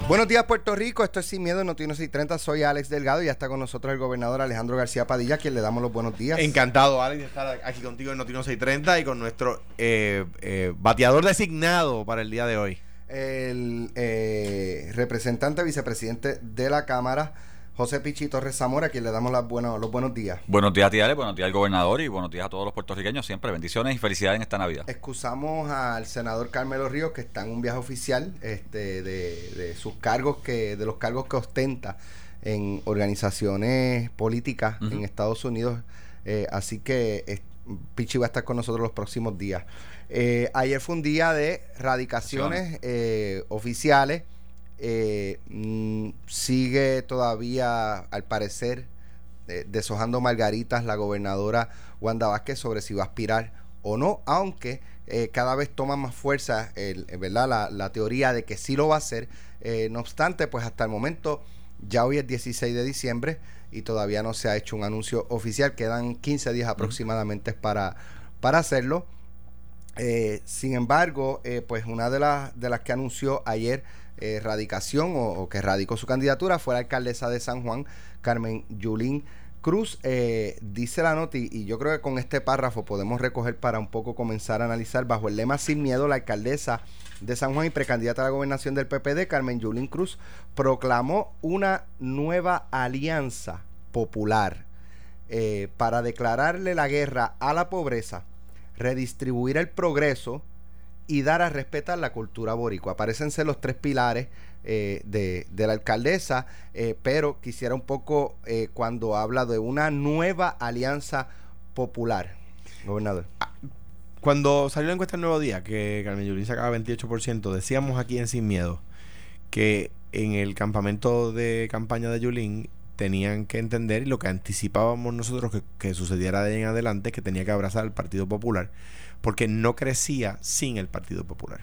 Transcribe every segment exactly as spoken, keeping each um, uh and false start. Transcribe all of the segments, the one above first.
Buenos días, Puerto Rico. Esto es Sin Miedo, Noti uno seis treinta. Soy Alex Delgado y ya está con nosotros el gobernador Alejandro García Padilla, a quien le damos los buenos días. Encantado, Alex, de estar aquí contigo en Noti uno seis treinta y con nuestro eh, eh, bateador designado para el día de hoy. El eh, representante vicepresidente de la Cámara, José Pichi Torres Zamora, a quien le damos las buenos, los buenos días. Buenos días a ti, Ale, buenos días al gobernador y buenos días a todos los puertorriqueños. Siempre bendiciones y felicidades en esta Navidad. Excusamos al senador Carmelo Ríos, que está en un viaje oficial este, de, de sus cargos, que de los cargos que ostenta en organizaciones políticas uh-huh. en Estados Unidos. Eh, así que eh, Pichi va a estar con nosotros los próximos días. Eh, ayer fue un día de radicaciones eh, oficiales. Eh, mm, sigue todavía, al parecer, eh, deshojando margaritas la gobernadora Wanda Vázquez sobre si va a aspirar o no, aunque eh, cada vez toma más fuerza el, ¿verdad? La, la teoría de que sí lo va a hacer. Eh, no obstante, pues hasta el momento, ya hoy es dieciséis de diciembre y todavía no se ha hecho un anuncio oficial. Quedan quince días aproximadamente uh-huh. para, para hacerlo. Eh, sin embargo, eh, pues una de las, de las que anunció ayer Eh, radicación o, o que radicó su candidatura fue la alcaldesa de San Juan, Carmen Yulín Cruz. Eh, dice la noti, y yo creo que con este párrafo podemos recoger para un poco comenzar a analizar. Bajo el lema Sin Miedo, la alcaldesa de San Juan y precandidata a la gobernación del P P D, Carmen Yulín Cruz, proclamó una nueva alianza popular eh, para declararle la guerra a la pobreza, redistribuir el progreso y dar a respetar la cultura boricua. Aparécense los tres pilares eh, de, de la alcaldesa, eh, pero quisiera un poco eh, cuando habla de una nueva alianza popular. Gobernador. Cuando salió la encuesta el Nuevo Día, que Carmen Yulín sacaba veintiocho por ciento, decíamos aquí en Sin Miedo que en el campamento de campaña de Yulín tenían que entender, y lo que anticipábamos nosotros que, que sucediera de ahí en adelante, que tenía que abrazar al Partido Popular, porque no crecía sin el Partido Popular.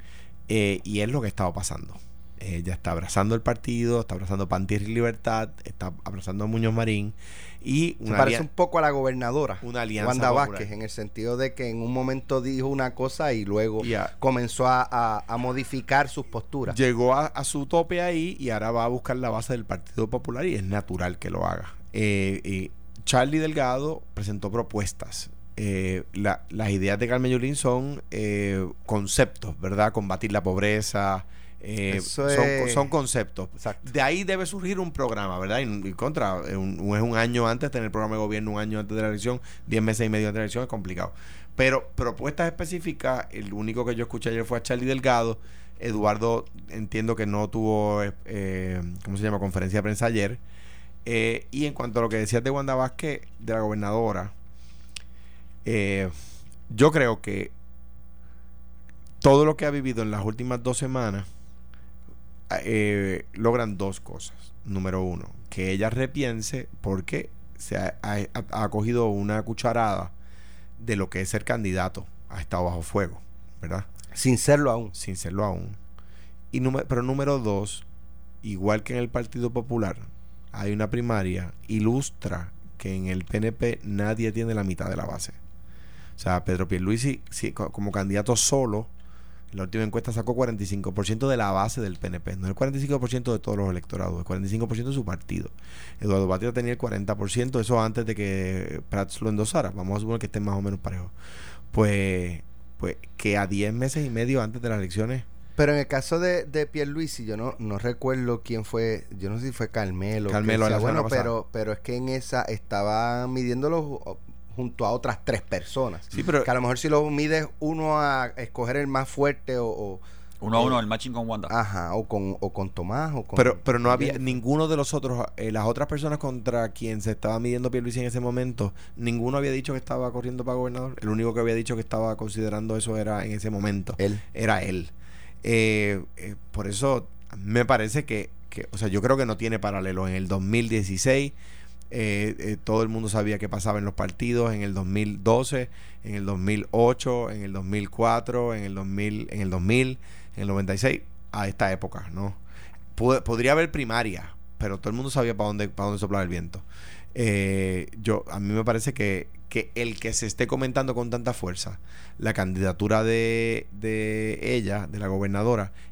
Eh, y es lo que estaba pasando. Ella está abrazando el partido, está abrazando Pan, Tierra y Libertad, está abrazando a Muñoz Marín. Y una Se parece alia- un poco a la gobernadora, una alianza Wanda popular. Vázquez, en el sentido de que en un momento dijo una cosa y luego yeah. comenzó a, a, a modificar sus posturas. Llegó a, a su tope ahí y ahora va a buscar la base del Partido Popular y es natural que lo haga. Eh, eh, Charlie Delgado presentó propuestas. Eh, la, las ideas de Carmen Yulín son eh, conceptos, ¿verdad? Combatir la pobreza, eh, son, es... son conceptos. Exacto. De ahí debe surgir un programa, ¿verdad? Y, y contra, un, es un año antes, tener el programa de gobierno un año antes de la elección, diez meses y medio antes de la elección es complicado. Pero propuestas específicas, el único que yo escuché ayer fue a Charlie Delgado. Eduardo, entiendo que no tuvo, eh, ¿cómo se llama? Conferencia de prensa ayer. Eh, y en cuanto a lo que decías de Wanda Vázquez, de la gobernadora, Eh, yo creo que todo lo que ha vivido en las últimas dos semanas eh, logran dos cosas. Número uno, que ella repiense porque se ha, ha, ha cogido una cucharada de lo que es ser candidato. Ha estado bajo fuego, ¿verdad? Sin serlo aún. Sin serlo aún. Y número, pero número dos, igual que en el Partido Popular hay una primaria, ilustra que en el P N P nadie tiene la mitad de la base. O sea, Pedro Pierluisi, sí, como candidato solo, en la última encuesta sacó cuarenta y cinco por ciento de la base del P N P. No el cuarenta y cinco por ciento de todos los electorados, el cuarenta y cinco por ciento de su partido. Eduardo Batia tenía el cuarenta por ciento, eso antes de que Prats lo endosara. Vamos a suponer que estén más o menos parejos. Pues, pues que a diez meses y medio antes de las elecciones. Pero en el caso de, de Pierluisi, yo no, no recuerdo quién fue, yo no sé si fue Carmelo. Carmelo, sea, la bueno, pasada. pero, pero es que en esa estaban midiéndolo junto a otras tres personas. Sí, pero que a lo mejor si lo mides uno a escoger el más fuerte o... o uno a uno, el matching con Wanda. Ajá, o con, o con Tomás o con... Pero, pero no había ninguno de los otros, eh, las otras personas contra quien se estaba midiendo Pierluisi en ese momento, ninguno había dicho que estaba corriendo para gobernador. El único que había dicho que estaba considerando eso era en ese momento. Él. Era él. Eh, eh, por eso me parece que, que, o sea, yo creo que no tiene paralelo. En el dos mil dieciséis eh, eh, todo el mundo sabía qué pasaba en los partidos. En el dos mil doce, en el dos mil ocho, en el dos mil cuatro, en el dos mil, en el dos mil, en el noventa y seis, a esta época, ¿no? Pod- podría haber primaria, pero todo el mundo sabía para dónde, para dónde soplaba el viento. Eh, yo, a mí me parece que, que el que se esté comentando con tanta fuerza la candidatura de, de ella, de la gobernadora,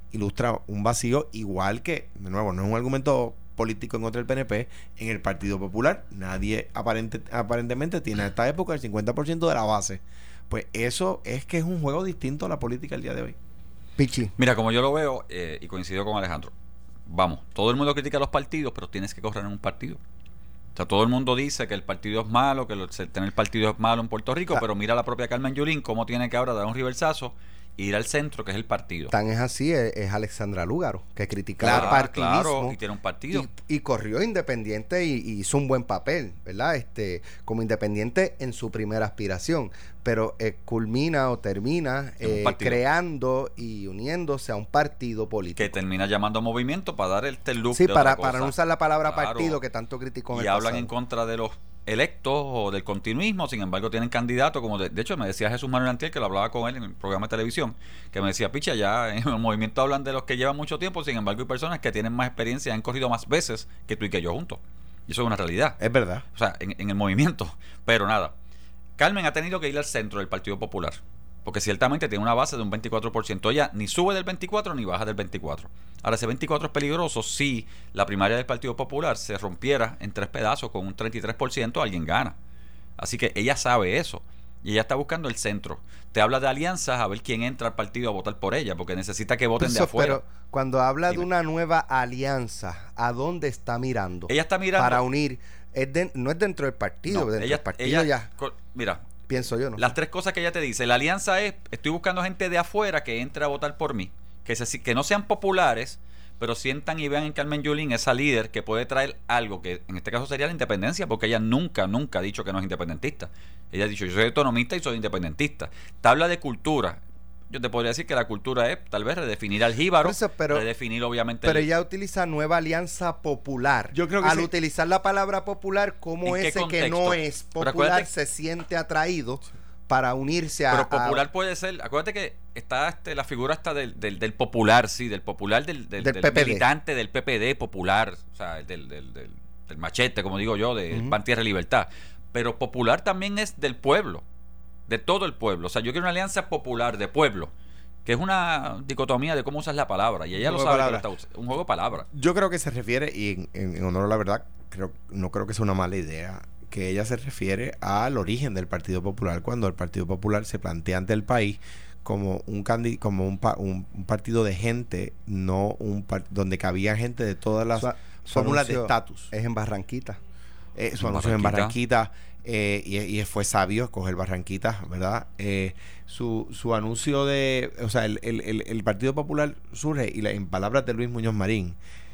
ilustra un vacío igual que, de nuevo, no es un argumento político en contra del P N P, en el Partido Popular. Nadie aparente, aparentemente tiene a esta época el cincuenta por ciento de la base. Pues eso es que es un juego distinto a la política el día de hoy. Pichi. Mira, como yo lo veo, eh, y coincido con Alejandro, vamos, todo el mundo critica los partidos, pero tienes que correr en un partido. O sea, todo el mundo dice que el partido es malo, que el tener partido es malo en Puerto Rico, ah. pero mira la propia Carmen Yulín cómo tiene que ahora dar un reversazo e ir al centro, que es el partido. Tan es así, es, es Alexandra Lúgaro, que criticaba claro, el partidismo. Claro, y tiene un partido. Y, y corrió independiente y, y hizo un buen papel, ¿verdad? Este, como independiente en su primera aspiración, pero eh, culmina o termina eh, creando y uniéndose a un partido político. Que termina llamando movimiento para dar este look sí, de para, otra cosa. para no usar la palabra claro. partido que tanto criticó en y el hablan pasado. en contra de los electos o del continuismo, sin embargo tienen candidatos como de, de hecho me decía Jesús Manuel Antier, que lo hablaba con él en el programa de televisión, que me decía, picha, ya en el movimiento hablan de los que llevan mucho tiempo, sin embargo hay personas que tienen más experiencia, han corrido más veces que tú y que yo juntos, y eso es una realidad, es verdad, o sea, en, en el movimiento, pero nada, Carmen ha tenido que ir al centro del Partido Popular, porque ciertamente tiene una base de un veinticuatro por ciento. Ella ni sube del veinticuatro ni baja del veinticuatro. Ahora, ese veinticuatro es peligroso si la primaria del Partido Popular se rompiera en tres pedazos con un treinta y tres por ciento, alguien gana. Así que ella sabe eso. Y ella está buscando el centro. Te habla de alianzas, a ver quién entra al partido a votar por ella, porque necesita que voten eso, de afuera. Pero cuando habla Dime. de una nueva alianza, ¿a dónde está mirando? Ella está mirando... Para unir. Es de, no es dentro del partido. No, dentro ella, del partido ella, ya. Mira... Pienso yo, ¿no? Las tres cosas que ella te dice. La alianza es, estoy buscando gente de afuera que entre a votar por mí, que, se, que no sean populares, pero sientan y vean en Carmen Yulín esa líder que puede traer algo, que en este caso sería la independencia, porque ella nunca, nunca ha dicho que no es independentista. Ella ha dicho, yo soy autonomista y soy independentista. Tabla de cultura. Yo te podría decir que la cultura es tal vez redefinir al jíbaro, eso, pero, redefinir obviamente... Pero el, ella utiliza nueva alianza popular. Yo creo que al sí. utilizar la palabra popular, como ese que no es popular se siente atraído para unirse a... Pero popular a, puede ser... Acuérdate que está este, la figura está del, del, del popular, sí, del popular, del, del, del, del militante del P P D popular, o sea, del, del, del, del machete, como digo yo, del uh-huh. Pan Tierra y Libertad. Pero popular también es del pueblo, de todo el pueblo. O sea, yo quiero una alianza popular de pueblo, que es una dicotomía de cómo usas la palabra, y ella lo sabe, que está, un juego de palabras. Yo creo que se refiere, y en, en, en honor a la verdad, creo, no creo que sea una mala idea, que ella se refiere al origen del Partido Popular, cuando el Partido Popular se plantea ante el país como un candid- como un, pa- un, un partido de gente, no un par- donde cabía gente de todas las su, su fórmulas de estatus. Es en Barranquita. Eh, su anuncio en Barranquita. Eh, y, y fue sabio escoger Barranquita, ¿verdad? Eh, su, su anuncio de... O sea, el, el, el, el Partido Popular surge, y la, en palabras de Luis Muñoz Marín,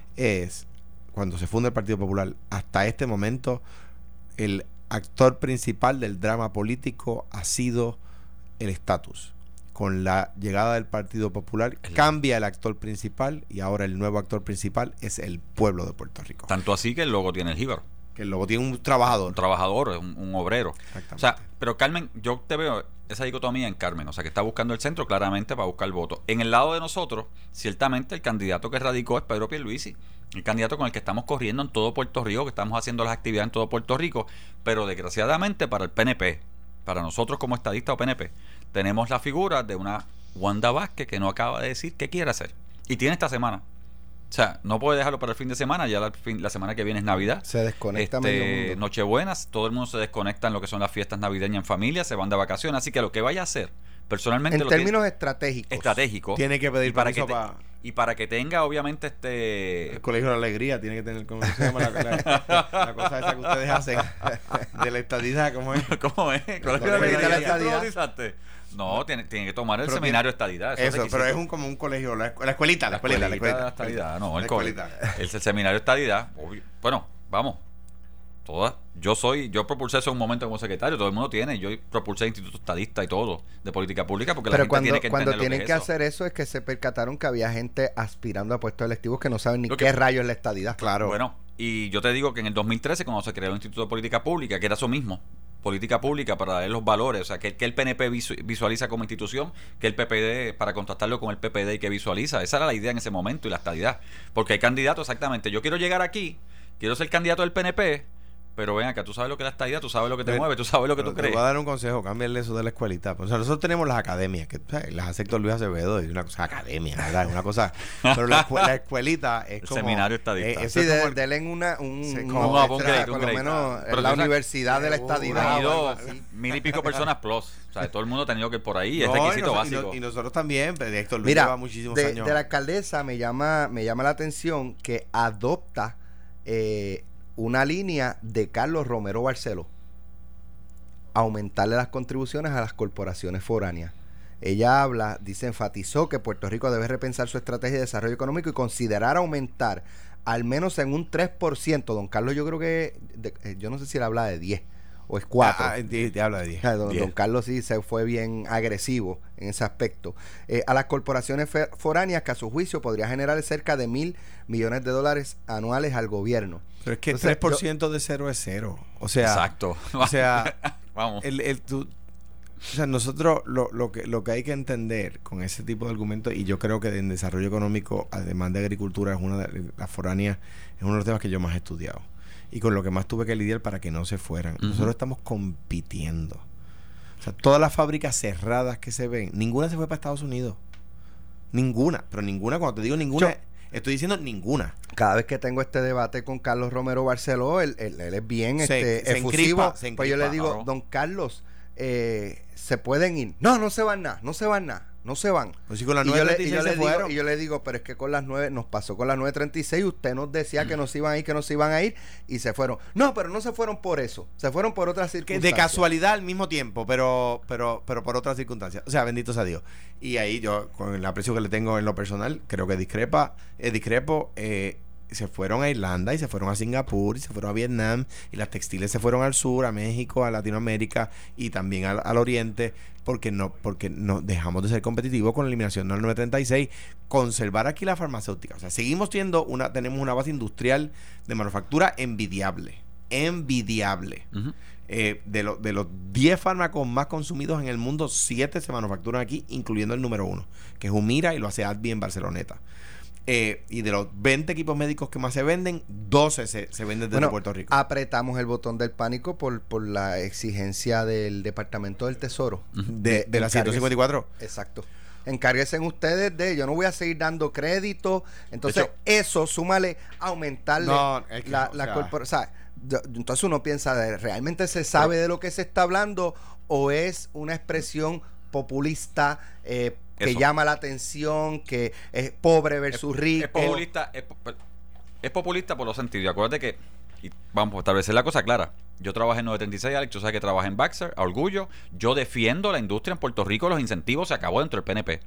es, cuando se funda el Partido Popular, hasta este momento, el actor principal del drama político ha sido el estatus. Con la llegada del Partido Popular, el... cambia el actor principal, y ahora el nuevo actor principal es el pueblo de Puerto Rico. Tanto así que el logo tiene el jíbaro. Que luego tiene un trabajador. Un trabajador, un, un obrero. O sea, pero Carmen, yo te veo esa dicotomía en Carmen, o sea, que está buscando el centro claramente para buscar el voto. En el lado de nosotros, ciertamente el candidato que radicó es Pedro Pierluisi, el candidato con el que estamos corriendo en todo Puerto Rico, que estamos haciendo las actividades en todo Puerto Rico, pero desgraciadamente para el P N P, para nosotros como estadistas o P N P, tenemos la figura de una Wanda Vázquez que no acaba de decir qué quiere hacer. Y tiene esta semana. O sea, no puede dejarlo para el fin de semana, ya la, fin, la semana que viene es Navidad. Se desconecta este, medio mundo. Nochebuenas, todo el mundo se desconecta en lo que son las fiestas navideñas en familia, se van de vacaciones, así que lo que vaya a hacer, personalmente... En lo términos tiene, estratégicos. Estratégicos. Tiene que pedir y para que te, para... Y para que tenga, obviamente, este... El Colegio de la Alegría tiene que tener... ¿Cómo se llama la, la, la cosa esa que ustedes hacen? De la estadidad, ¿cómo es? ¿Cómo es? ¿El Colegio de la Alegría? No, tiene, tiene que tomar el pero seminario de estadidad. Eso, eso pero es un, como un colegio, la, la escuelita, la escuelita, la escuelita. La estadidad, no, el colegio. Es el seminario de estadidad. Obvio. Bueno, vamos. Todas. Yo soy, yo propulsé eso en un momento como secretario, todo el mundo tiene. Yo propulsé el Instituto Estadista y todo, de política pública, porque pero la gente cuando, tiene que entender cuando tienen lo que, que es hacer eso. eso es que se percataron que había gente aspirando a puestos electivos que no saben ni qué rayos es la estadidad. Claro. Bueno, y yo te digo que en el dos mil trece, cuando se creó el Instituto de Política Pública, que era eso mismo, política pública para dar los valores, o sea, que, que el P N P visualiza como institución, que el P P D, para contrastarlo con el P P D y que visualiza, esa era la idea en ese momento y la estadidad, porque hay candidatos exactamente, yo quiero llegar aquí, quiero ser candidato del P N P, pero ven acá, tú sabes lo que es la estadía, tú sabes lo que te pero, mueve, tú sabes lo que tú te crees. Te voy a dar un consejo, cámbiale eso de la escuelita. O sea, nosotros tenemos las academias, que ¿sabes? Las hace Héctor Luis Acevedo, y una cosa, academia, ¿verdad? Una cosa, pero la, escuela, la escuelita es el como... seminario estadista. Eh, sí, de, el, denle una, un, sí, un, como, un extra, un grade, por un lo grade. menos Pero la tú universidad sabes, de la estadidad. Han ido mil y pico personas plus. O sea, todo el mundo ha tenido que ir por ahí, no, es requisito y nos, básico. Y, no, y nosotros también, pero Héctor Luis Mira, lleva muchísimos de, años. De la alcaldesa me llama, me llama la atención que adopta eh, una línea de Carlos Romero Barceló, aumentarle las contribuciones a las corporaciones foráneas. Ella habla, dice, enfatizó que Puerto Rico debe repensar su estrategia de desarrollo económico y considerar aumentar al menos en un tres por ciento. Don Carlos, yo creo que, de, yo no sé si él habla de diez o es cuatro. Ah, te, te habla de diez. Don, don Carlos sí se fue bien agresivo en ese aspecto. Eh, a las corporaciones foráneas, que a su juicio podría generar cerca de mil millones de dólares anuales al gobierno. Pero es que Entonces, tres por ciento yo, de cero es cero. O sea, exacto. O sea, vamos. El, el, tú, o sea, nosotros lo, lo, que, lo que hay que entender con ese tipo de argumentos, y yo creo que en desarrollo económico, además de agricultura, es una de las foráneas, es uno de los temas que yo más he estudiado. Y con lo que más tuve que lidiar para que no se fueran. Uh-huh. Nosotros estamos compitiendo. O sea, todas las fábricas cerradas que se ven, ninguna se fue para Estados Unidos. Ninguna. Pero ninguna, cuando te digo ninguna, yo, estoy diciendo ninguna. Cada vez que tengo este debate con Carlos Romero Barceló, él, él, él es bien se, este, se efusivo. Encripa, se pues yo le digo, claro. Don Carlos, eh, se pueden ir. No, no se van nada, no se van nada. No se van. Pues sí, con las y, yo le, y, yo se le fueron. digo, y yo le digo, pero es que con las nueve, nos pasó con las nueve treinta y seis, usted nos decía mm. que nos iban a ir, que nos iban a ir, y se fueron. No, pero no se fueron por eso, se fueron por otras circunstancias. De casualidad al mismo tiempo, pero, pero, pero por otras circunstancias. O sea, bendito sea Dios. Y ahí yo, con el aprecio que le tengo en lo personal, creo que discrepa, eh, discrepo, eh, se fueron a Irlanda y se fueron a Singapur y se fueron a Vietnam y las textiles se fueron al sur, a México, a Latinoamérica y también al, al oriente, porque no porque no dejamos de ser competitivos con la eliminación del nueve treinta y seis, conservar aquí la farmacéutica. O sea, seguimos siendo una tenemos una base industrial de manufactura envidiable, envidiable. Uh-huh. Eh, de, lo, de los diez fármacos más consumidos en el mundo, siete se manufacturan aquí, incluyendo el número uno, que es Humira, y lo hace Advi en Barceloneta. Eh, y de los veinte equipos médicos que más se venden, doce se, se venden desde bueno, Puerto Rico. Apretamos el botón del pánico por, por la exigencia del Departamento del Tesoro. De, de, de la ciento cincuenta y cuatro. Exacto. Encárguense ustedes de, yo no voy a seguir dando crédito. Entonces, hecho, eso, súmale, aumentarle no, es que la, no, la o sea, corporación. O sea, entonces uno piensa, de, ¿realmente se sabe de lo que se está hablando o es una expresión populista eh, que Eso. llama la atención, que es pobre versus es, rico? Es populista, es, es populista por los sentidos. Acuérdate que, y vamos a establecer la cosa clara, yo trabajé en nueve treinta y seis, Alex, tú sabes que trabajé en Baxter, a Orgullo, yo defiendo la industria en Puerto Rico, los incentivos se acabó dentro del P N P.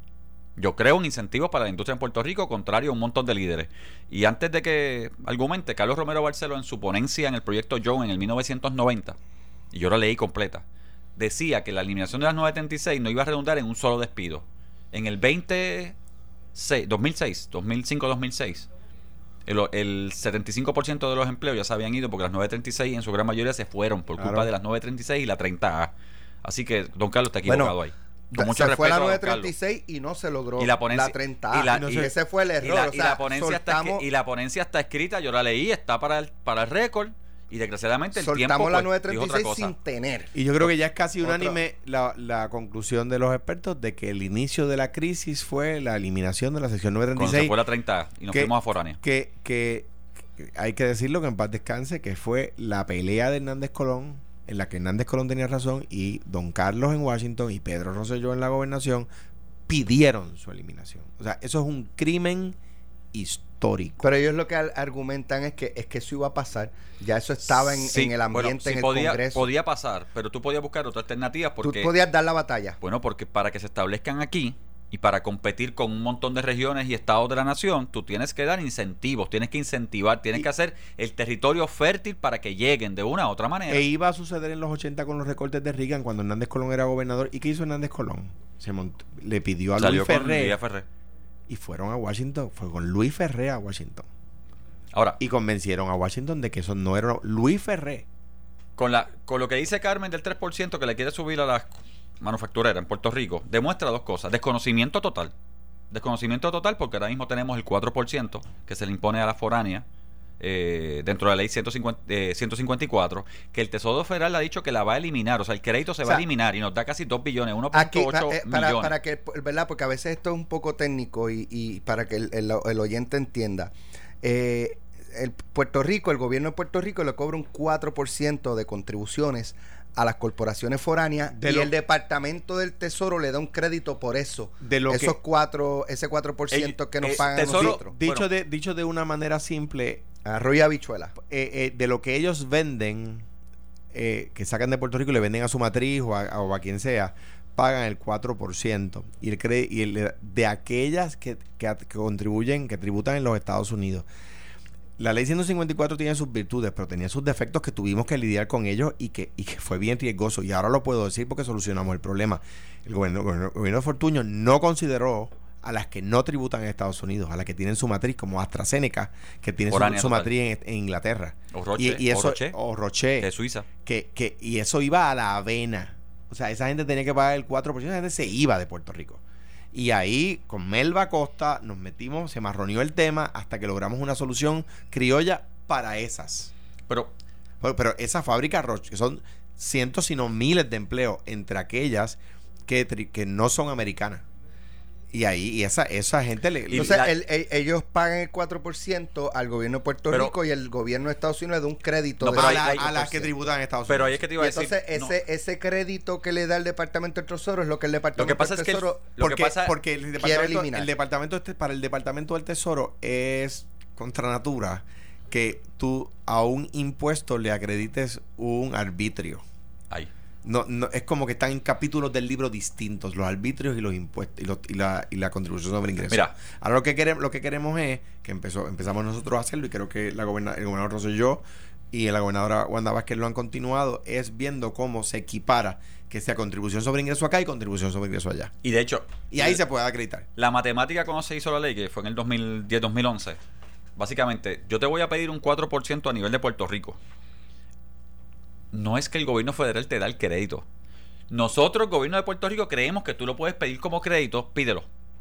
Yo creo en incentivos para la industria en Puerto Rico, contrario a un montón de líderes. Y antes de que argumente, Carlos Romero Barceló en su ponencia en el proyecto Joe en el mil novecientos noventa, y yo la leí completa, decía que la eliminación de las nueve treinta y seis no iba a redundar en un solo despido. En el veinte dos mil seis, dos mil cinco dos mil seis, el, el setenta y cinco por ciento de los empleos ya se habían ido porque las nueve treinta y seis en su gran mayoría se fueron por claro. culpa de las nueve treinta y seis y la treinta A. Así que don Carlos está equivocado bueno, ahí. Con mucho se fue la nueve treinta y seis y no se logró y la, ponencia, la treinta A. Y, la, y, no y, sé, y ese fue el error. Y la, o sea, y la ponencia soltamos, está, y la ponencia está escrita, yo la leí, está para el, para el récord. Y desgraciadamente el soltamos tiempo la pues, nueve treinta y seis sin tener. Y yo creo que ya es casi unánime la, la conclusión de los expertos de que el inicio de la crisis fue la eliminación de la sección nueve treinta y seis. Cuando se fue la treinta A y nos que, fuimos a foránea. Que, que, que hay que decirlo, que en paz descanse, que fue la pelea de Hernández Colón, en la que Hernández Colón tenía razón y don Carlos en Washington y Pedro Rosselló en la gobernación pidieron su eliminación. O sea, eso es un crimen histórico. Pero ellos lo que argumentan es que es que eso iba a pasar. Ya eso estaba en, sí, en el ambiente, bueno, sí en el podía, Congreso. Podía pasar, pero tú podías buscar otra alternativa porque... Tú podías dar la batalla. Bueno, porque para que se establezcan aquí y para competir con un montón de regiones y estados de la nación, tú tienes que dar incentivos, tienes que incentivar, tienes y, que hacer el territorio fértil para que lleguen de una u otra manera. E iba a suceder en los ochenta con los recortes de Reagan cuando Hernández Colón era gobernador. ¿Y qué hizo Hernández Colón? Se montó, le pidió a Salió Luis Ferré, Ferré y fueron a Washington, fue con Luis Ferré a Washington. Ahora, y convencieron a Washington de que eso no era Luis Ferré. Con la con lo que dice Carmen del tres por ciento que le quiere subir a las manufactureras en Puerto Rico, demuestra dos cosas. Desconocimiento total. Desconocimiento total porque ahora mismo tenemos el cuatro por ciento que se le impone a la foránea eh, dentro de la ley ciento cincuenta, eh, ciento cincuenta y cuatro, que el Tesoro Federal ha dicho que la va a eliminar, o sea, el crédito se o va sea, a eliminar y nos da casi dos billones, uno punto ocho eh, para, millones. Para que, ¿verdad? Porque a veces esto es un poco técnico y, y para que el, el, el oyente entienda. Eh, el Puerto Rico, el gobierno de Puerto Rico le cobra un cuatro por ciento de contribuciones a las corporaciones foráneas de y lo, el Departamento del Tesoro le da un crédito por eso. De lo esos que, cuatro, ese cuatro por ciento el, que nos pagan tesoro, a nosotros. Dicho, bueno, de, dicho de una manera simple, arroz y habichuela. Eh, eh, de lo que ellos venden, eh, que sacan de Puerto Rico y le venden a su matriz o a, o a quien sea, pagan el cuatro por ciento. Y el, y el de aquellas que, que, que contribuyen, que tributan en los Estados Unidos. La ley ciento cincuenta y cuatro tiene sus virtudes, pero tenía sus defectos que tuvimos que lidiar con ellos y que, y que fue bien riesgoso. Y ahora lo puedo decir porque solucionamos el problema. El gobierno, el gobierno, el gobierno de Fortuño no consideró a las que no tributan en Estados Unidos, a las que tienen su matriz, como AstraZeneca, que tiene su, su matriz en, en Inglaterra. O Roche, y, y eso, o Roche, o Roche, de Suiza. Que, que, y eso iba a la avena. O sea, esa gente tenía que pagar el cuatro por ciento, esa gente se iba de Puerto Rico. Y ahí, con Melba Costa, nos metimos, se marroneó el tema hasta que logramos una solución criolla para esas. Pero, pero, pero esas fábricas Roche, que son cientos, sino miles de empleos entre aquellas que, que no son americanas. Y ahí, y esa, esa gente le... le o sea, el, el, ellos pagan el cuatro por ciento al gobierno de Puerto pero, Rico y el gobierno de Estados Unidos le da un crédito no, de pero hay, hay, a las que tributan en Estados pero Unidos. Pero ahí es que te iba a decir... Entonces, ese, no. ese crédito que le da el Departamento del Tesoro es lo que el Departamento lo que pasa del es Tesoro... Que el, lo porque, que pasa porque el departamento, el departamento este, para el Departamento del Tesoro es contra natura que tú a un impuesto le acredites un arbitrio. Ahí. No, no, es como que están en capítulos del libro distintos, los arbitrios y los impuestos y, los, y, la, y la contribución sobre ingresos. Mira, ahora lo que queremos, lo que queremos es que empezó, empezamos nosotros a hacerlo y creo que la goberna, el gobernador Rosselló y la gobernadora Wanda Vázquez lo han continuado, es viendo cómo se equipara que sea contribución sobre ingreso acá y contribución sobre ingreso allá. Y de hecho, y ahí el, se puede acreditar. La matemática cuando se hizo la ley, que fue en el dos mil diez dos mil once, básicamente, yo te voy a pedir un cuatro por ciento a nivel de Puerto Rico. No es que el gobierno federal te da el crédito. Nosotros, el gobierno de Puerto Rico, creemos que tú lo puedes pedir como crédito, pídelo.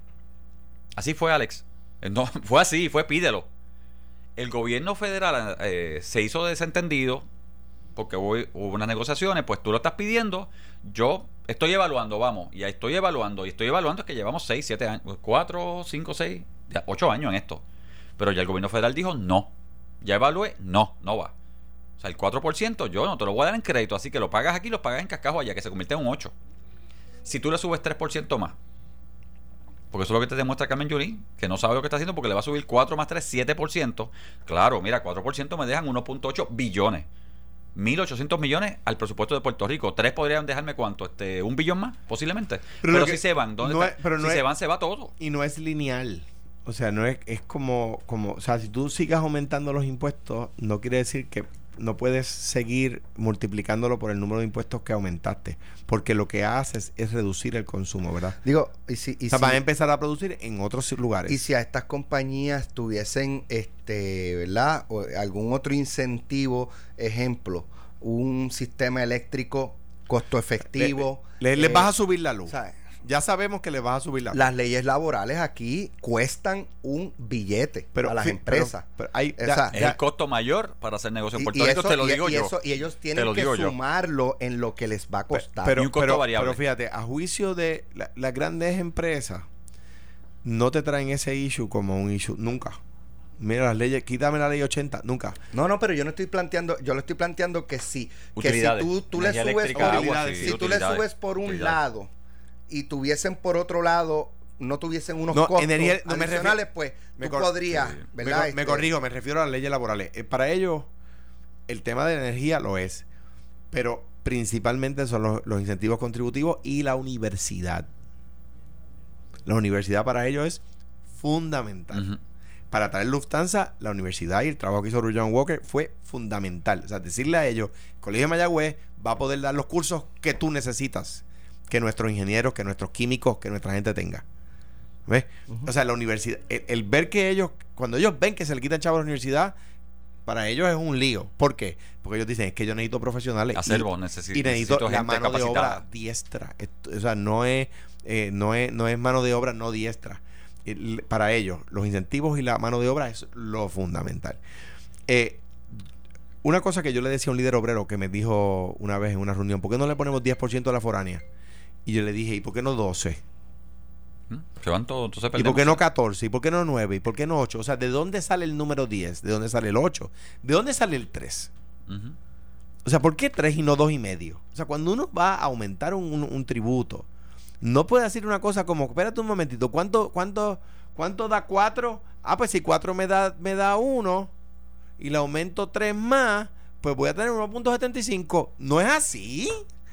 Así fue, Alex. No, fue así, fue pídelo. El gobierno federal eh, se hizo desentendido porque hubo, hubo unas negociaciones, pues tú lo estás pidiendo, yo estoy evaluando, vamos, y ahí estoy evaluando, y estoy evaluando es que llevamos seis, siete años, cuatro, cinco, seis, ocho años en esto. Pero ya el gobierno federal dijo no. Ya evalué, no, no va. O sea, el cuatro por ciento yo no te lo voy a dar en crédito, así que lo pagas aquí, lo pagas en cascajo allá, que se convierte en un ocho. Si tú le subes tres por ciento más, porque eso es lo que te demuestra Carmen Yulín, que no sabe lo que está haciendo porque le va a subir cuatro más tres, siete por ciento. Claro, mira, cuatro por ciento me dejan uno punto ocho billones. mil ochocientos millones al presupuesto de Puerto Rico. Tres podrían dejarme cuánto, este, un billón más, posiblemente. Pero, pero si se van, ¿dónde no está? Es, pero no si es, se van, se va todo. Y no es lineal. O sea, no es, es como, como, o sea, si tú sigas aumentando los impuestos, no quiere decir que no puedes seguir multiplicándolo por el número de impuestos que aumentaste, porque lo que haces es reducir el consumo, ¿verdad? Digo, y si, y o sea, si, van a empezar a producir en otros lugares. Y si a estas compañías tuviesen, este, ¿verdad? O algún otro incentivo, ejemplo, un sistema eléctrico costo efectivo. Le, le, eh, les vas a subir la luz. ¿Sabes? Ya sabemos que le vas a subir la luz. Las leyes laborales aquí cuestan un billete pero, a las sí, empresas. Pero, pero hay, ya, o sea, es ya, el costo mayor para hacer negocio en Puerto Rico, te lo digo y yo. Eso, y ellos tienen que sumarlo yo. en lo que les va a costar. Pero, y un costo pero, variable. Pero fíjate, a juicio de la, las grandes empresas, no te traen ese issue como un issue nunca. Mira las leyes, quítame la ley ochenta, nunca. No, no, pero yo no estoy planteando, yo le estoy planteando que sí, que si tú, tú le subes por, agua, sí, si tú le subes por un lado y tuviesen por otro lado, no tuviesen unos no, costos energía, no, adicionales, pues me tú cor- podrías, sí, ¿verdad? Me, este, me corrijo, me refiero a las leyes laborales. Eh, para ellos, el tema de la energía lo es, pero principalmente son los, los incentivos contributivos y la universidad. La universidad para ellos es fundamental. Uh-huh. Para traer Lufthansa, la universidad y el trabajo que hizo John Walker fue fundamental. O sea, decirle a ellos, el Colegio de Mayagüez va a poder dar los cursos que tú necesitas, que nuestros ingenieros, que nuestros químicos, que nuestra gente tenga. ¿Ves? Uh-huh. O sea, la universidad, el, el ver que ellos, cuando ellos ven que se le quitan chavos a la universidad, para ellos es un lío. ¿Por qué? Porque ellos dicen, es que yo necesito profesionales. Acervo, y, necesito, y necesito, necesito la gente mano capacitada. de obra diestra. Esto, o sea, no es, eh, no es, no es mano de obra no diestra. Para ellos, los incentivos y la mano de obra es lo fundamental. Eh, una cosa que yo le decía a un líder obrero que me dijo una vez en una reunión, ¿por qué no le ponemos diez por ciento a la foránea? Y yo le dije, ¿y por qué no doce? Se van todos, entonces ¿Y por qué no catorce? ¿Y por qué no nueve? ¿Y por qué no ocho? O sea, ¿de dónde sale el número diez? ¿De dónde sale el ocho? ¿De dónde sale el tres? Uh-huh. O sea, ¿por qué tres y no dos y medio? O sea, cuando uno va a aumentar un, un, un tributo, no puede decir una cosa como, espérate un momentito, ¿cuánto, cuánto, cuánto da cuatro? Ah, pues si cuatro me da, me da uno y le aumento tres más, pues voy a tener uno punto setenta y cinco. ¿No es así?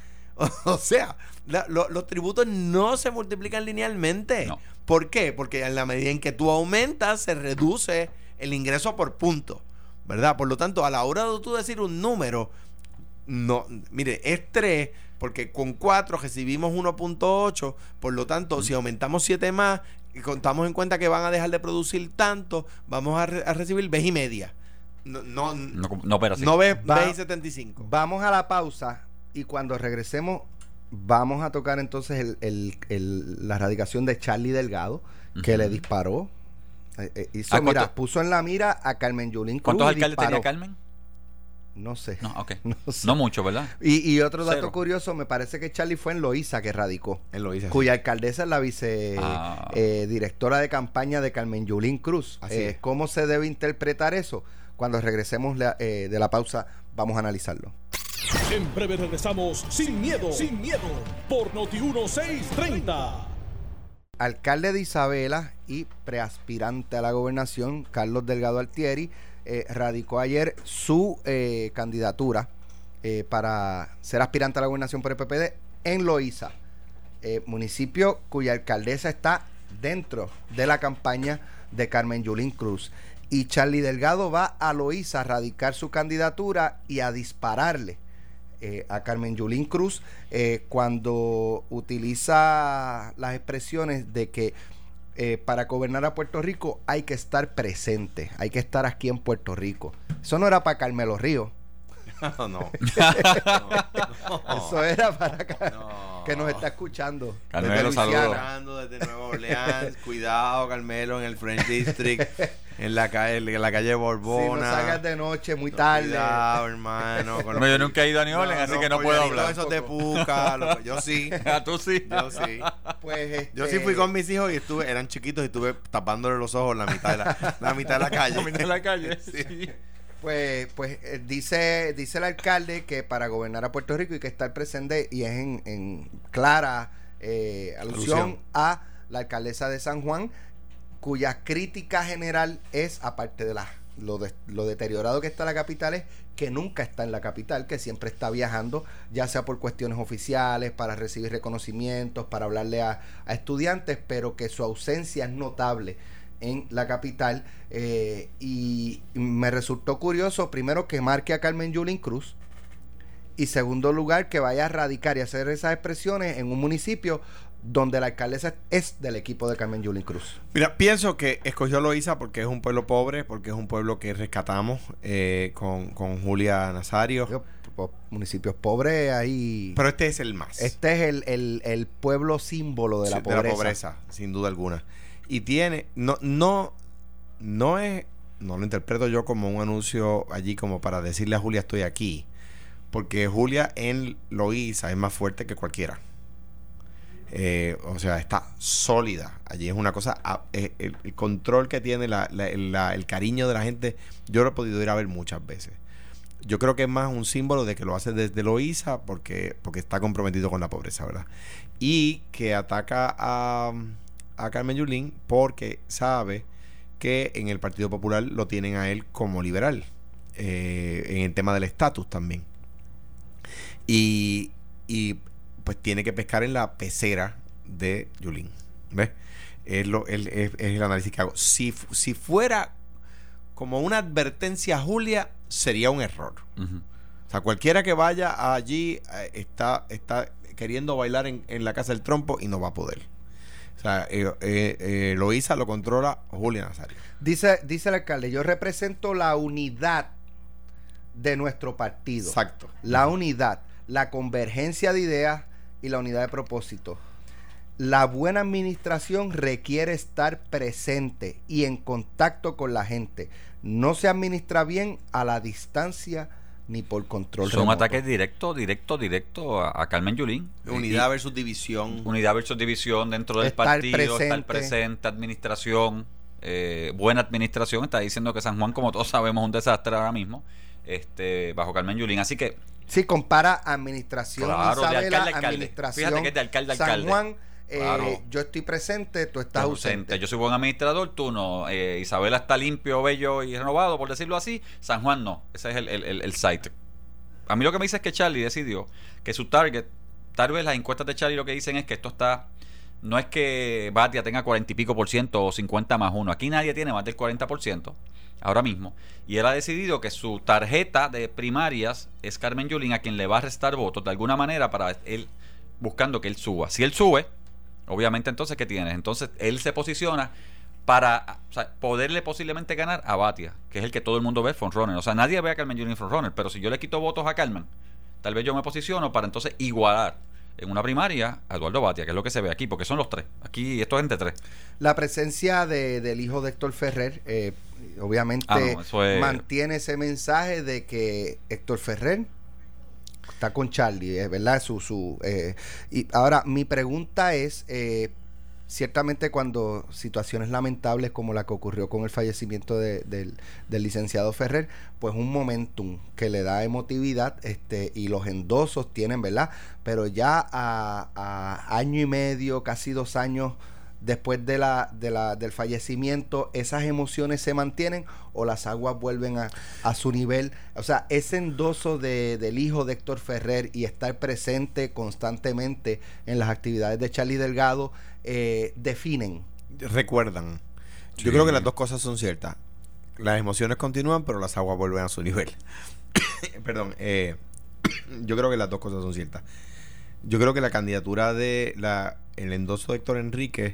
O sea, la, lo, los tributos no se multiplican linealmente. No. ¿Por qué? Porque en la medida en que tú aumentas, se reduce el ingreso por punto, ¿verdad? Por lo tanto, a la hora de tú decir un número, no, mire, es tres, porque con cuatro recibimos uno punto ocho, por lo tanto, mm. si aumentamos siete más y contamos en cuenta que van a dejar de producir tanto, vamos a, re, a recibir vez y media. No, no, no, no, pero sí. no vez, Va, vez y setenta y cinco. Vamos a la pausa. Y cuando regresemos, vamos a tocar entonces el, el, el, la radicación de Charlie Delgado, uh-huh. que le disparó. Eh, hizo, ¿A mira, puso en la mira a Carmen Yulín Cruz. ¿Cuántos alcaldes tenía Carmen? No sé. No, okay. no, sé. No mucho, ¿verdad? Y, y otro dato Cero. curioso, me parece que Charlie fue en Loíza que radicó. En Loíza. Cuya sí. alcaldesa es la vice ah. eh, directora de campaña de Carmen Yulín Cruz. Así eh, es. ¿Cómo se debe interpretar eso? Cuando regresemos la, eh, de la pausa, vamos a analizarlo. En breve regresamos sin miedo, sin miedo, por Noti uno seiscientos treinta. Alcalde de Isabela y preaspirante a la gobernación, Carlos Delgado Altieri, eh, radicó ayer su eh, candidatura eh, para ser aspirante a la gobernación por el P P D en Loíza, eh, municipio cuya alcaldesa está dentro de la campaña de Carmen Yulín Cruz. Y Charlie Delgado va a Loíza a radicar su candidatura y a dispararle eh, a Carmen Yulín Cruz eh, cuando utiliza las expresiones de que eh, para gobernar a Puerto Rico hay que estar presente, hay que estar aquí en Puerto Rico. Eso no era para Carmelo Ríos. No, no. Eso era para acá, no. que nos está escuchando. Carmelo, saludos. Desde Nueva Orleans. Cuidado, Carmelo, en el French District, en la calle, en la calle Borbona. Si no salgas de noche, muy tarde. Cuidado, hermano. Con no, yo nunca he ido a New Orleans, no, así no, que no puedo hablar. Esos de Puca, lo, yo sí. Tú sí. Yo sí. Pues este... Yo sí fui con mis hijos y estuve, eran chiquitos y estuve tapándole los ojos la mitad de la, la mitad de la calle. La mitad de la calle. Sí. sí. Pues, pues eh, dice, dice el alcalde que para gobernar a Puerto Rico hay que estar presente, y es en, en clara eh, alusión, alusión a la alcaldesa de San Juan, cuya crítica general es, aparte de la, lo, de, lo deteriorado que está la capital, es que nunca está en la capital, que siempre está viajando, ya sea por cuestiones oficiales, para recibir reconocimientos, para hablarle a, a estudiantes, pero que su ausencia es notable en la capital, eh, y me resultó curioso, primero, que marque a Carmen Yulín Cruz, y segundo lugar, que vaya a radicar y hacer esas expresiones en un municipio donde la alcaldesa es del equipo de Carmen Yulín Cruz. Mira, pienso que escogió Loíza porque es un pueblo pobre, porque es un pueblo que rescatamos eh, con, con Julia Nazario. Yo, po, municipios pobres ahí. Pero este es el más. Este es el, el, el pueblo símbolo de sí, la pobreza. De la pobreza, sin duda alguna. Y tiene, no, no, no es, no lo interpreto yo como un anuncio allí como para decirle a Julia estoy aquí, porque Julia en Loíza es más fuerte que cualquiera. Eh, o sea, está sólida. Allí es una cosa, eh, el, el control que tiene, la, la, la, el cariño de la gente, yo lo he podido ir a ver muchas veces. Yo creo que es más un símbolo de que lo hace desde Loíza porque, porque está comprometido con la pobreza, ¿verdad? Y que ataca a... a Carmen Yulín porque sabe que en el Partido Popular lo tienen a él como liberal, eh, en el tema del estatus también, y, y pues tiene que pescar en la pecera de Yulín, ¿ves? Es, lo, es, es, es el análisis que hago. Si, si fuera como una advertencia a Julia, sería un error. Uh-huh. O sea, cualquiera que vaya allí eh, está, está queriendo bailar en, en la Casa del Trompo y no va a poder. O sea, eh, eh, eh, Loíza lo controla Julia Nazario. Dice, dice el alcalde, yo represento la unidad de nuestro partido. Exacto. La unidad, la convergencia de ideas y la unidad de propósito. la buena administración requiere estar presente y en contacto con la gente. No se administra bien a la distancia ni por control Son remoto. ataques directos, directo, directo a, a Carmen Yulín. Unidad Y- versus división. Unidad versus división dentro del Estar partido, presente. estar presente, administración, eh, buena administración. Está diciendo que San Juan, como todos sabemos, es un desastre ahora mismo, este, bajo Carmen Yulín. Así que, Sí, compara administración Claro, de Isabela, alcalde a alcalde. administración Fíjate que es de alcalde a San alcalde. Juan, eh, Claro. yo estoy presente, tú estás ausente. ausente. Yo soy buen administrador, tú no. Eh, Isabela está limpio, bello y renovado, por decirlo así. San Juan no. Ese es el, el, el, el site. A mí lo que me dice es que Charlie decidió que su target, tal vez las encuestas de Charlie lo que dicen es que esto está, no es que Batia tenga cuarenta y pico por ciento o cincuenta más uno. Aquí nadie tiene más del cuarenta por ciento ahora mismo. Y él ha decidido que su tarjeta de primarias es Carmen Yulín, a quien le va a restar votos de alguna manera para él, buscando que él suba. Si él sube, obviamente entonces, ¿qué tienes? Entonces él se posiciona para, o sea, poderle posiblemente ganar a Batia, que es el que todo el mundo ve frontrunner. O sea, nadie ve a Carmen Yulín frontrunner, pero si yo le quito votos a Carmen, tal vez yo me posiciono para entonces igualar en una primaria a Eduardo Batia, que es lo que se ve aquí, porque son los tres. Aquí esto es entre tres. La presencia de, del hijo de Héctor Ferrer, eh, obviamente, Ah, no, eso es- mantiene ese mensaje de que Héctor Ferrer está con Charlie, es verdad. Su, su, eh, y ahora, mi pregunta es, eh, ciertamente cuando situaciones lamentables como la que ocurrió con el fallecimiento de, del, del licenciado Ferrer, pues un momentum que le da emotividad, este, y los endosos tienen, ¿verdad? Pero ya a, a año y medio, casi dos años después de la, de la, del fallecimiento, ¿esas emociones se mantienen o las aguas vuelven a, a su nivel? O sea, ese endoso de, del hijo de Héctor Ferrer y estar presente constantemente en las actividades de Charlie Delgado, eh, definen. Recuerdan. Sí. Yo creo que las dos cosas son ciertas. Las emociones continúan, pero las aguas vuelven a su nivel. Perdón. Eh, yo creo que las dos cosas son ciertas. Yo creo que la candidatura de la el endoso de Héctor Enrique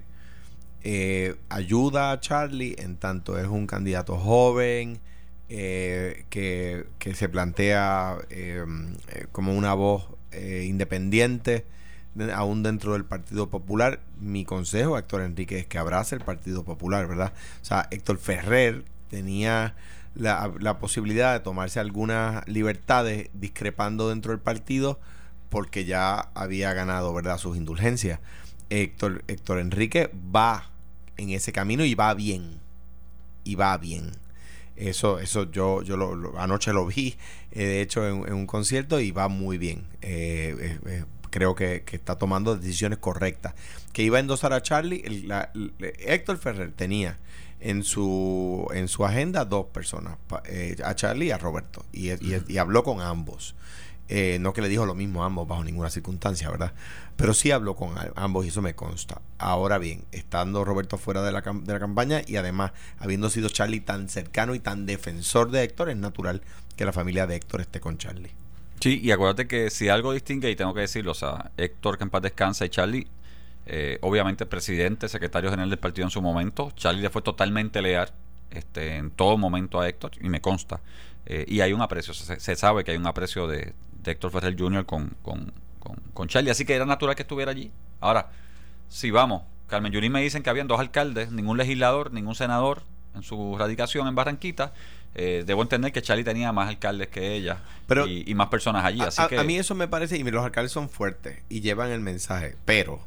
eh, ayuda a Charlie, en tanto es un candidato joven eh, que, que se plantea eh, eh, como una voz eh, independiente de, aún dentro del Partido Popular. Mi consejo a Héctor Enrique es que abrace el Partido Popular, ¿verdad? O sea, Héctor Ferrer tenía la, la posibilidad de tomarse algunas libertades discrepando dentro del partido, porque ya había ganado, ¿verdad?, sus indulgencias. Héctor, Héctor Enrique va en ese camino y va bien. Y va bien. Eso, eso yo, yo lo, lo, anoche lo vi, eh, de hecho, en, en un concierto, y va muy bien. Eh, eh, eh, creo que, que está tomando decisiones correctas. Que iba a endosar a Charlie. El, la, el, Héctor Ferrer tenía en su en su agenda dos personas, pa, eh, a Charlie y a Roberto. Y, y, y habló con ambos. Eh, no que le dijo lo mismo a ambos bajo ninguna circunstancia, ¿verdad? Pero sí habló con a, ambos y eso me consta. Ahora bien, estando Roberto fuera de la, de la campaña y además habiendo sido Charlie tan cercano y tan defensor de Héctor, es natural que la familia de Héctor esté con Charlie. Sí, y acuérdate que si algo distingue, y tengo que decirlo, o sea, Héctor, que en paz descansa, y Charlie, eh, obviamente presidente, secretario general del partido en su momento, Charlie le fue totalmente leal este, en todo momento a Héctor, y me consta. Eh, y hay un aprecio, se, se sabe que hay un aprecio de, de Héctor Ferrer junior con, con, con, con Charlie, así que era natural que estuviera allí. Ahora, si vamos, Carmen Yulín me dicen que habían dos alcaldes, ningún legislador, ningún senador en su radicación en Barranquita. Eh, debo entender que Charlie tenía más alcaldes que ella, pero y, y más personas allí. A, así a, que a mí eso me parece, y los alcaldes son fuertes y llevan el mensaje, pero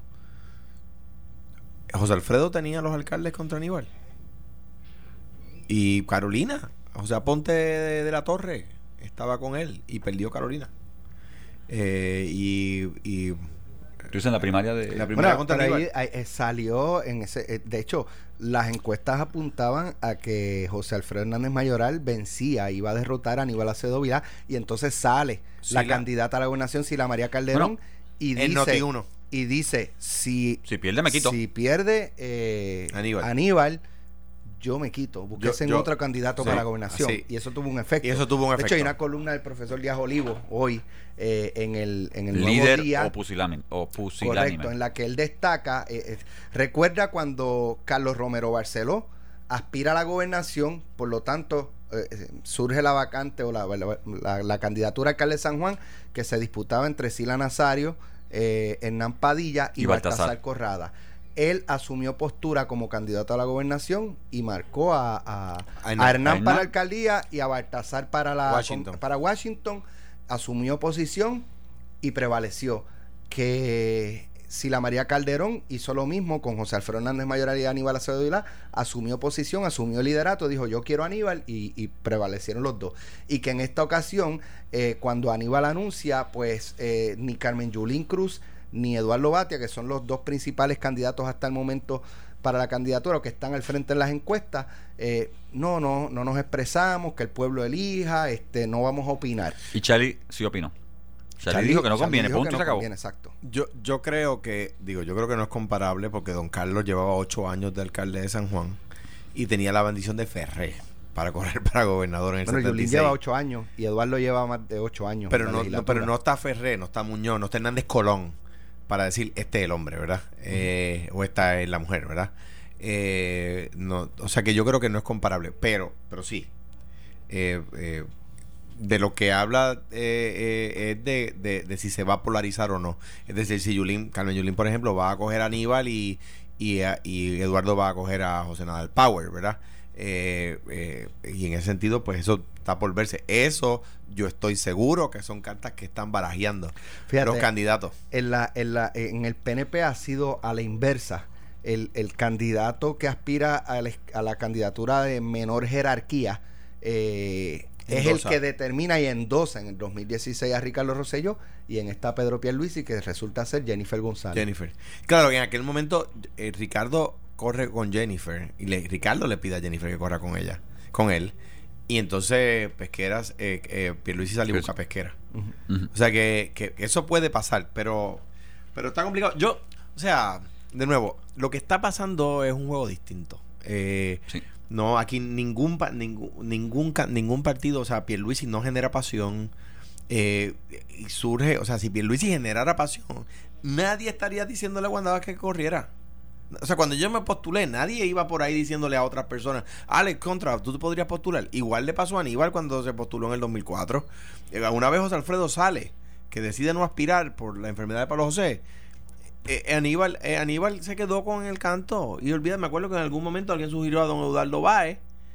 José Alfredo tenía a los alcaldes contra Aníbal. Y Carolina, José Aponte de, de la Torre estaba con él y perdió Carolina. Eh, y, y tú dices en la primaria de la primaria Bueno, contra pero Aníbal. ahí, ahí, eh, salió en ese, eh, de hecho, las encuestas apuntaban a que José Alfredo Hernández Mayoral vencía, iba a derrotar a Aníbal Acevedo Vilá, y entonces sale Sí, la, la- candidata a la gobernación, Sila María Calderón, Bueno, y en Noti dice, uno. y dice, si, si pierde me quito. si pierde eh, Aníbal. Aníbal, yo me quito, búsquese Yo- yo- otro candidato sí, para la gobernación. así. Y eso tuvo un efecto. Y eso tuvo un De hecho, efecto. hay una columna del profesor Díaz Olivo hoy eh, en el, en el Nuevo líder Día. o pusilánime, o pusilánime. Correcto, en la que él destaca, eh, eh, recuerda cuando Carlos Romero Barceló aspira a la gobernación, por lo tanto eh, eh, surge la vacante o la, la, la, la candidatura a alcalde de San Juan, que se disputaba entre Sila Nazario eh, Hernán Padilla y, y Baltasar. Baltasar Corrada. Él asumió postura como candidato a la gobernación y marcó a, a, a, Hernán, a Hernán para la alcaldía y a Baltasar para, la, Washington. Con, para Washington. Asumió posición y prevaleció. Que Sila María Calderón hizo lo mismo con José Alfredo Hernández Mayoral y Aníbal Acevedo Vilá, asumió posición, asumió liderato, dijo yo quiero a Aníbal y, y prevalecieron los dos. Y que en esta ocasión, eh, cuando Aníbal anuncia, pues eh, ni Carmen Yulín Cruz ni Eduardo Batia, que son los dos principales candidatos hasta el momento para la candidatura o que están al frente en las encuestas, eh, no, no, no nos expresamos, que el pueblo elija, este, no vamos a opinar. Y Charlie sí opinó. Charlie, Charlie dijo que no Charlie conviene, punto que y no se acabó. Conviene, exacto. Yo, yo creo que, digo, yo creo que no es comparable porque don Carlos llevaba ocho años de alcalde de San Juan y tenía la bendición de Ferré para correr para gobernador en el bueno, setenta y seis. Yulín lleva ocho años y Eduardo lleva más de ocho años. Pero no, no, pero no está Ferré, no está Muñoz, no está Hernández Colón para decir este es el hombre, ¿verdad? Uh-huh. Eh, o esta es la mujer, ¿verdad? Eh, no, o sea que yo creo que no es comparable, pero, pero sí. Eh, eh, de lo que habla eh, eh, es de, de, de si se va a polarizar o no. Es decir, si Yulín, Carmen Yulín, por ejemplo, va a coger a Aníbal y, y, a, y Eduardo va a coger a José Nadal Power, ¿verdad? Eh, eh, y en ese sentido, pues eso está por verse. Eso yo estoy seguro que son cartas que están barajeando. Fíjate, los candidatos. En, la, en, la, en el P N P ha sido a la inversa. El, el candidato que aspira a la, a la candidatura de menor jerarquía eh, es el que determina y endosa en el dos mil dieciséis a Ricardo Rosselló y en esta Pedro Pierluisi, que resulta ser Jennifer González. Jennifer. Claro, en aquel momento eh, Ricardo corre con Jennifer y le, Ricardo le pide a Jennifer que corra con ella, con él. Y entonces Pesqueras, eh, eh, Pierluisi sale y busca Pesquera. Uh-huh. Uh-huh. O sea que, que, que eso puede pasar, pero, pero está complicado. Yo, o sea, de nuevo, lo que está pasando es un juego distinto. Eh, sí. No, aquí ningún ningún ningún ningún partido, o sea, Pierluisi no genera pasión eh, y surge, o sea, si Pierluisi generara pasión, nadie estaría diciéndole a Wanda Vázquez que corriera. O sea, cuando yo me postulé, nadie iba por ahí diciéndole a otras personas, Alex, contra, tú te podrías postular. Igual le pasó a Aníbal cuando se postuló en el dos mil cuatro. Eh, una vez José Alfredo sale, que decide no aspirar por la enfermedad de Pablo José. Eh, Aníbal, eh, Aníbal se quedó con el canto. Y olvida, me acuerdo que en algún momento alguien sugirió a don Eduardo Báez,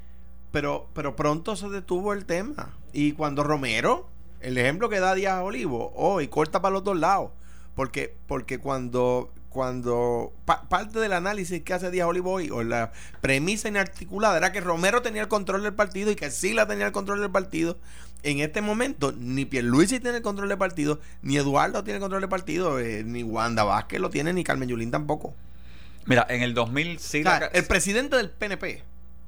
pero, pero pronto se detuvo el tema. Y cuando Romero, el ejemplo que da Díaz Olivo, hoy oh, corta para los dos lados. Porque, porque cuando, cuando pa, parte del análisis que hace Díaz Olivo hoy, o la premisa inarticulada, era que Romero tenía el control del partido y que Sila tenía el control del partido. En este momento, ni Pierluisi tiene el control del partido, ni Eduardo tiene el control del partido, eh, ni Wanda Vázquez lo tiene, ni Carmen Yulín tampoco. Mira, en el dos mil sí, o sea, la... el presidente del P N P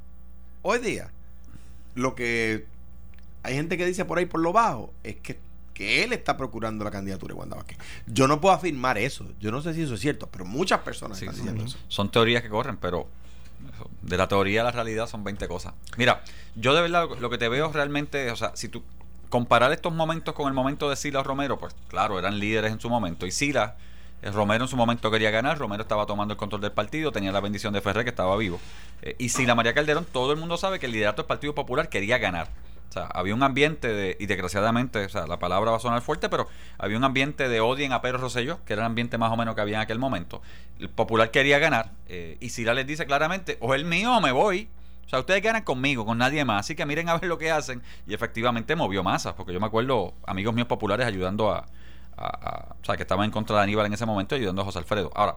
hoy día, lo que hay gente que dice por ahí por lo bajo es que, que él está procurando la candidatura de Wanda Vázquez. Yo no puedo afirmar eso, yo no sé si eso es cierto, pero muchas personas sí, están diciendo son, eso. Son teorías que corren, pero de la teoría a la realidad son veinte cosas. Mira, yo de verdad lo que te veo realmente, o sea, si tú comparar estos momentos con el momento de Sila o Romero, pues claro, eran líderes en su momento. Y Sila, Romero en su momento quería ganar, Romero estaba tomando el control del partido, tenía la bendición de Ferrer, que estaba vivo. Eh, y Sila María Calderón, todo el mundo sabe que el liderato del Partido Popular quería ganar. O sea, había un ambiente de, y desgraciadamente, o sea, la palabra va a sonar fuerte, pero había un ambiente de odio a Pedro Rosselló, que era el ambiente más o menos que había en aquel momento. El Popular quería ganar, eh, y Sila les dice claramente, o el mío o me voy. O sea, ustedes ganan conmigo, con nadie más. Así que miren a ver lo que hacen. Y efectivamente movió masas, porque yo me acuerdo amigos míos populares ayudando a, a, a... O sea, que estaban en contra de Aníbal en ese momento, ayudando a José Alfredo. Ahora,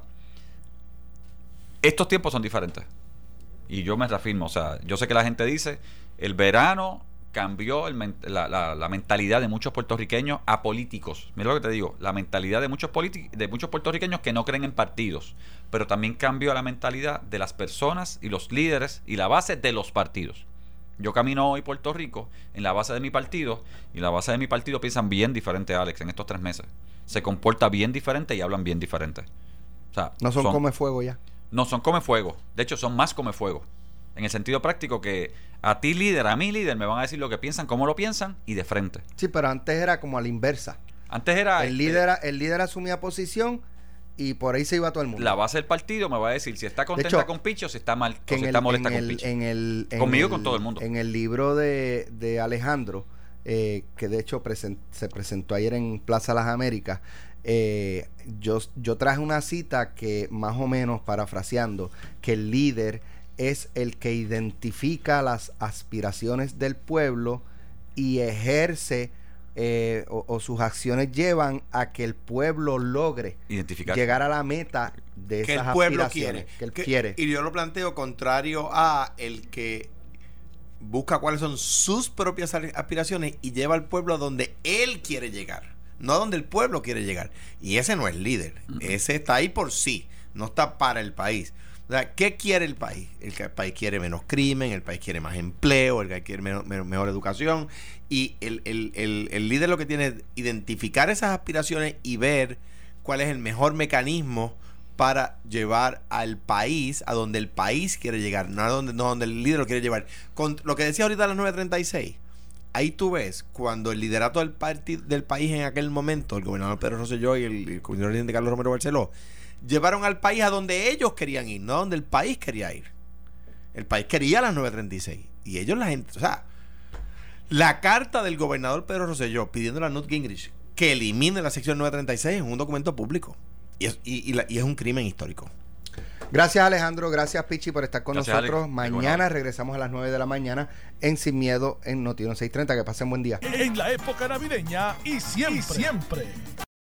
estos tiempos son diferentes. Y yo me reafirmo. O sea, yo sé que la gente dice, el verano cambió el, la, la, la mentalidad de muchos puertorriqueños a políticos. Mira lo que te digo, la mentalidad de muchos politi- de muchos puertorriqueños que no creen en partidos, pero también cambió la mentalidad de las personas y los líderes y la base de los partidos. Yo camino hoy Puerto Rico en la base de mi partido, y la base de mi partido piensan bien diferente, Alex, en estos tres meses. Se comporta bien diferente y hablan bien diferente. O sea, no son, son come fuego ya. No son come fuego. De hecho, son más come fuego. En el sentido práctico que a ti líder, a mi líder, me van a decir lo que piensan, cómo lo piensan y de frente. Sí, pero antes era como a la inversa. Antes era... El, este, líder, el líder asumía posición y por ahí se iba todo el mundo. La base del partido me va a decir si está contenta hecho, con Pichi o si está mal, que o si el, está molesta en con el, Pichi. En el, en Conmigo el, y con todo el mundo. En el libro de, de Alejandro, eh, que de hecho present, se presentó ayer en Plaza Las Américas, Eh, yo, yo traje una cita que más o menos, parafraseando, que el líder es el que identifica las aspiraciones del pueblo y ejerce eh, o, o sus acciones llevan a que el pueblo logre identificar, llegar a la meta de que esas el pueblo aspiraciones quiere, que él que, quiere. Y yo lo planteo contrario a el que busca cuáles son sus propias aspiraciones y lleva al pueblo a donde él quiere llegar, no a donde el pueblo quiere llegar. Y ese no es líder, uh-huh. Ese está ahí por sí, no está para el país. O sea, ¿qué quiere el país? El, el país quiere menos crimen, el país quiere más empleo, el país quiere menos, menos, mejor educación. Y el, el, el, el líder lo que tiene es identificar esas aspiraciones y ver cuál es el mejor mecanismo para llevar al país a donde el país quiere llegar, no a donde, no donde el líder lo quiere llevar. Con lo que decía ahorita a las nueve treinta y seis, ahí tú ves cuando el liderato del, partido, del país en aquel momento, el gobernador Pedro Rosselló y el, el gobernador Carlos Romero Barceló, llevaron al país a donde ellos querían ir, no a donde el país quería ir. El país quería las nueve treinta y seis. Y ellos, la gente, o sea, la carta del gobernador Pedro Rosselló pidiéndole a Newt Gingrich que elimine la sección nueve treinta y seis es un documento público. Y es, y, y, la, y es un crimen histórico. Gracias, Alejandro. Gracias, Pichi, por estar con gracias, nosotros. Alex. Mañana regresamos a las nueve de la mañana en Sin Miedo en Noti uno seiscientos treinta. Que pasen buen día. En la época navideña y siempre. Y siempre.